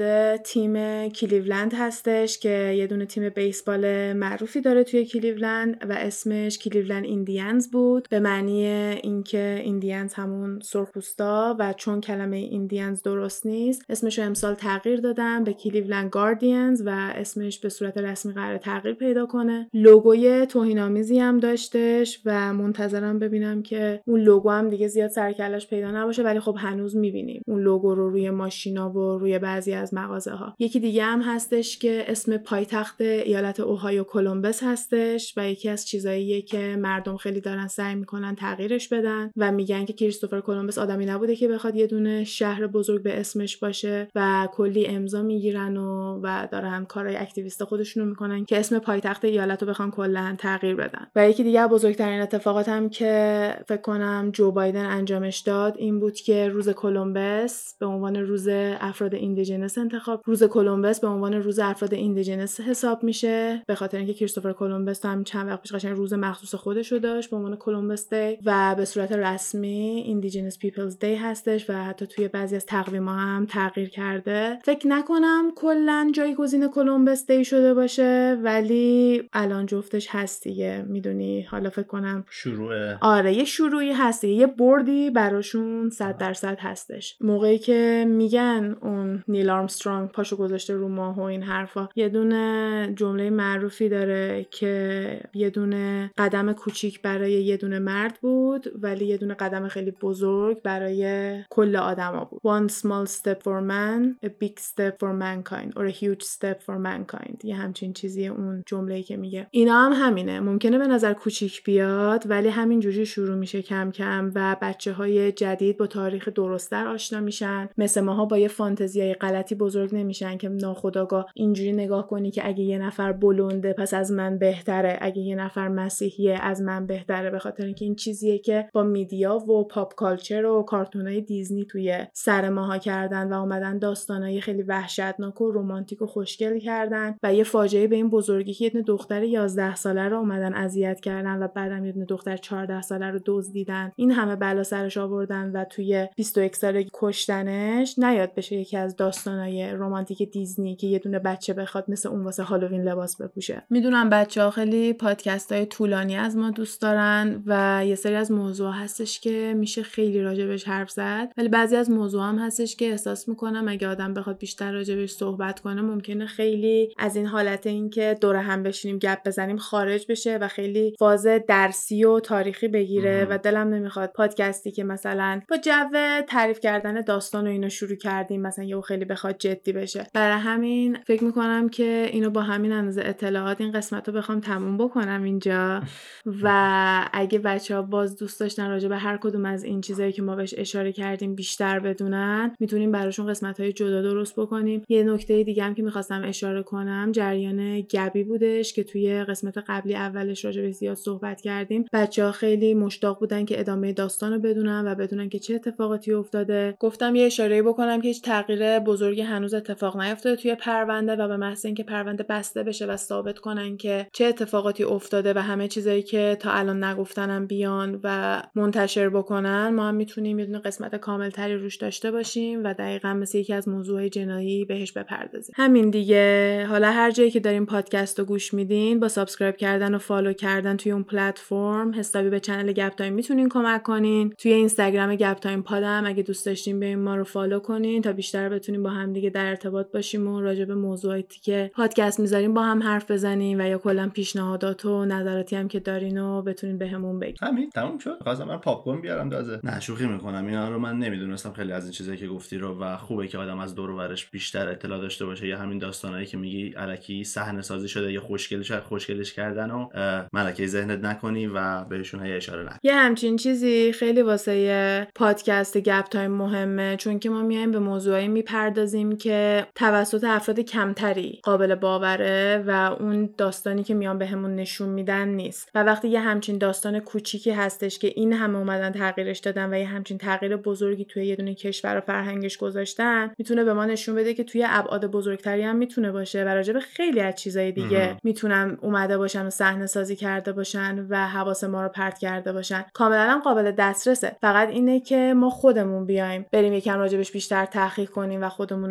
تیم کلیولند هستش که یه دونه تیم بیسبال معروفی داره توی کلیولند و اسمش کلیولند ایندیانز بود، به معنی اینکه ایندیانز همون سرخپوستا و چون کلمه ایندیانز درست نیست اسمش رو امسال تغییر دادن به کلیولند گاردینز و اسمش به صورت رسمی قرار تغییر پیدا کنه. لوگوی توهین‌آمیزی هم داشتش و منتظرم ببینم که اون لوگو هم دیگه زیاد سرکلش پیدا نباشه، ولی خب هنوز می‌بینیم اون لوگو رو روی ماشینا و روی بعضی از مغازه‌ها. یکی دیگه هم هستش که اسم پایتخت ایالت اوهایو کلمبس هستش و یکی از چیزاییه که مردم خیلی دارن سعی میکنن تغییرش بدن و میگن که کریستوفر کلمبس آدمی نبوده که بخواد یه دونه شهر بزرگ به اسمش باشه و کلی امضا میگیرن و و دارن کارهای اکتیویست خودشونو میکنن که اسم پایتخت ایالت رو بخوان کلا تغییر بدن. و یکی دیگه بزرگترین اتفاقات هم که فکر کنم جو بایدن انجامش داد این بود که روز کلمبس به عنوان روز افراد ایندیجنس انتخاب روز کلمبس به عنوان روز افراد ایندیجنس حساب میشه، به خاطر اینکه کریستوفر کلمبس هم چند وقت پیش قشنگ روز مخصوص خودش رو داشت به عنوان کلمبس دی و به صورت رسمی ایندیجنس پیپلز دی هستش و حتی توی بعضی از تقویم‌ها هم تغییر کرده. فکر نکنم کلا جایگزین کلمبس دی شده باشه، ولی الان جفتش هست دیگه، میدونی. حالا فکر کنم شروع آره یه شروعی هست، یه بردی براشون صد درصد هستش. موقعی که میگن اون نیل آرمسترونگ پاشو گذاشته رو ماه و این حرفا، یه دونه جمله معروفی داره که یه دونه قدم کوچیک برای یه دونه مرد بود ولی یه دونه قدم خیلی بزرگ برای کل آدما بود. One small step for man, a big step for mankind or a huge step for mankind. یه همچین چیزیه اون جمله‌ای که میگه. اینا هم همینه، ممکنه به نظر کوچیک بیاد ولی همین جوری شروع میشه کم کم و بچه‌های جدید با تاریخ درست‌تر آشنا میشن. مثل ماها با یه فانتزیای غلطی بزرگ نمیشن که ناخودآگاه اینجوری نگاه کنی که اگه یه نفر بلونده پس از من بهتره، اگه یه نفر مسیحیه از من بهتره، به خاطر اینکه این چیزیه که با میدیا و پاپ کالچر و کارتونای دیزنی توی سر ماها کردن و اومدن داستانای خیلی وحشتناک و رمانتیک و خوشگل کردن و یه فاجعه به این بزرگی که یه دونه دختر یازده ساله رو اومدن اذیت کردن و بعدم یه دونه دختر چهارده ساله رو دزدیدن، این همه بلا سرش آوردن و توی بیست و یک سالگی کشتنش، نیاد بشه یکی از داستانای رمانتیک دیزنی که یه دونه بچه بخواد مثل اون واسه هالووین لباس بپوشه. میدونم بچه‌ها خیلی پادکست‌های طولانی از ما دوست دارن و یه سری از موضوع هستش که میشه خیلی راجبش حرف زد، ولی بعضی از موضوع هم هستش که احساس میکنم اگه آدم بخواد بیشتر راجبش صحبت کنه ممکنه خیلی از این حالت این که دور هم بشینیم گپ بزنیم خارج بشه و خیلی فاز درسی و تاریخی بگیره و دلم نمیخواد پادکستی که مثلا با جو تعریف کردن داستان و اینا شروع کردیم مثلا یهو خیلی بخواد جدی بشه. برای همین فکر میکنم که اینو با همین اندازه اطلاعات این قسمت رو بخوام تموم بکنم اینجا و اگه بچه‌ها باز دوست داشتن راجع به هر کدوم از این چیزایی که ما بهش اشاره کردیم بیشتر بدونن میتونیم براشون قسمت‌های جدا درست بکنیم. یه نکته دیگه هم که می‌خواستم اشاره کنم جریان گبی بودش که توی قسمت قبلی اولش راجع به زیاد صحبت کردیم. بچه‌ها خیلی مشتاق بودن که ادامه داستان رو بدونن و بدونن که چه اتفاقاتی افتاده. گفتم یه اشاره‌ای بکنم که هیچ تغییر بزرگی هنوز اتفاق نیفتاده توی پرونده و به محض اینکه پرونده بسته بشه و ثابت کنن که چه اتفاقاتی افتاده و همه چیزایی که تا الان نگفتنم بیان و منتشر بکنن ما هم میتونیم یه دونه قسمت کاملتری روش داشته باشیم و دقیقاً مثل یکی از موضوعهای جنایی بهش بپردازیم. همین دیگه. حالا هر جایی که دارین پادکست رو گوش میدین با سابسکرایب کردن و فالو کردن توی اون پلتفرم حسابی به چنل گپ تایم میتونین کمک کنین. توی اینستاگرام گپ تایم پادم اگه دوست داشتین بریم ما رو فالو کنین تا بیشتر بتونیم با هم دیگه در ارتباط باشیم و راجع به موضوعاتی که پادکست میذاریم با هم حرف بزنیم و یا کلا پیشنهادات و نظراتی هم که دارین و بتونین بهمون بگین. همین تموم شد. خواستم من پاپ کورن بیارم تازه. نه شوخی میکنم، اینا رو من نمیدونستم. خیلی از این چیزایی که گفتی رو و خوبه که آدم از دور و برش بیشتر اطلاع داشته باشه. یا همین داستانایی که میگی الکی صحنه سازی شده یا خوشگلش خوشگلش کردن و ملکه ذهنت نکنی و بهشون هی اشاره نکنی. یه همچین چیزی خیلی واسه پادکست گپ تایم مهمه، چون که ما میایم به موضوعایی میپردازیم که توسط افراد کمتری قابل باوره و اون داستانی که میان بهمون نشون میدن نیست. و وقتی یه همچین داستان کوچیکی هستش که این همه اومدن تغییرش دادن و یه همچین تغییر بزرگی توی یه دونه کشور و فرهنگش گذاشتن، میتونه به ما نشون بده که توی ابعاد بزرگتری هم میتونه باشه و راجع به خیلی از چیزای دیگه میتونن اومده باشن و صحنه سازی کرده باشن و حواس ما رو پرت کرده باشن. کاملا قابل دسترسه، فقط اینه که ما خودمون بیایم بریم یکم راجبش بیشتر تحقیق کنیم و خودمون رو مثلا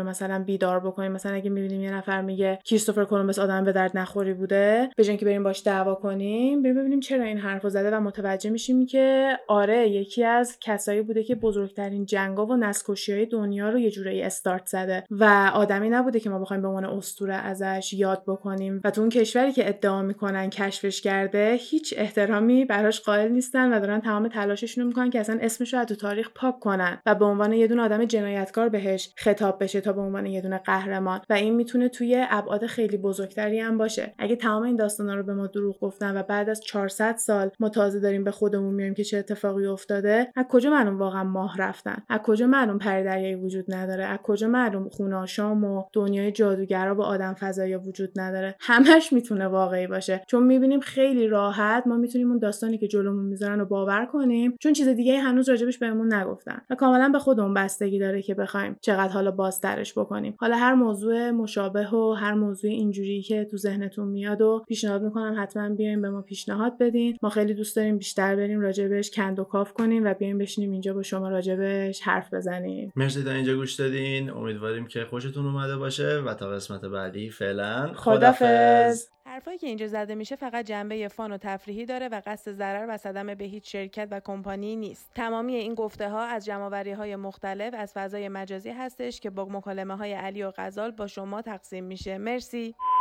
بیدار بکنیم. مثلا اگه میبینیم یه نفر میگه کریستوفر کلمبوس آدم به درد نخوری بوده، به جای اینکه بریم باش دعوا کنیم، بریم ببینیم چرا این حرفو زده و متوجه میشیم که آره یکی از کسایی بوده که بزرگترین جنگا و نسل‌کشی‌های دنیا رو یه جورایی استارت زده و آدمی نبوده که ما بخوایم به عنوان اسطوره ازش یاد بکنیم و تو اون کشوری که ادعا میکنن کشفش کرده هیچ احترامی براش قائل نیستن و دارن تمام تلاششون رو میکنن که اصلا اسمش رو از تو تاریخ پاک کنن و به عنوان یه دونه آدم جنایتکار بهش خطاب بشه تا به عنوان یه دونه قهرمان و این میتونه توی ابعاد خیلی بزرگتری هم باشه. اگه تمام این داستانا رو به ما دروغ گفتن و بعد از چهارصد سال ما تازه داریم به خودمون میایم که چه اتفاقی افتاده، از کجا معلوم واقعا ماه رفتن؟ از کجا معلوم پری دریایی وجود نداره؟ از کجا معلوم خوناشام و دنیای جادوگرا با آدم فضایی وجود نداره؟ همش میتونه واقعی باشه، چون میبینیم خیلی راحت ما میتونیم اون داستانی که جلومون میذارن رو باور کنیم، چون چیز دیگه هنوز راجبش بهمون نگفتن و کاملا به خودمون بستگی داره که بخوایم چقدر حالا بازترش بکنیم. حالا هر موضوع مشابه و هر موضوع اینجوری که تو ذهنتون میاد و پیشنهاد میکنم حتما بیاین به ما پیشنهاد بدین. ما خیلی دوست داریم بیشتر بریم راجبش کند و کاف کنیم و بیاین بشینیم اینجا با شما راجبش حرف بزنیم. مرسی تا اینجا گوش دادین. امیدواریم که خوشتون اومده باشه و تا قسمت بعدی فعلا خدافظ. حرفایی که اینجا زده میشه فقط جنبه فان و تفریحی داره و قصد ضرر و صدمه به هیچ شرکت و کمپانی نیست. تمامی این گفته ها از جمع‌آوری های مختلف از فضای مجازی هستش که با مکالمه های علی و غزال با شما تقسیم میشه. مرسی.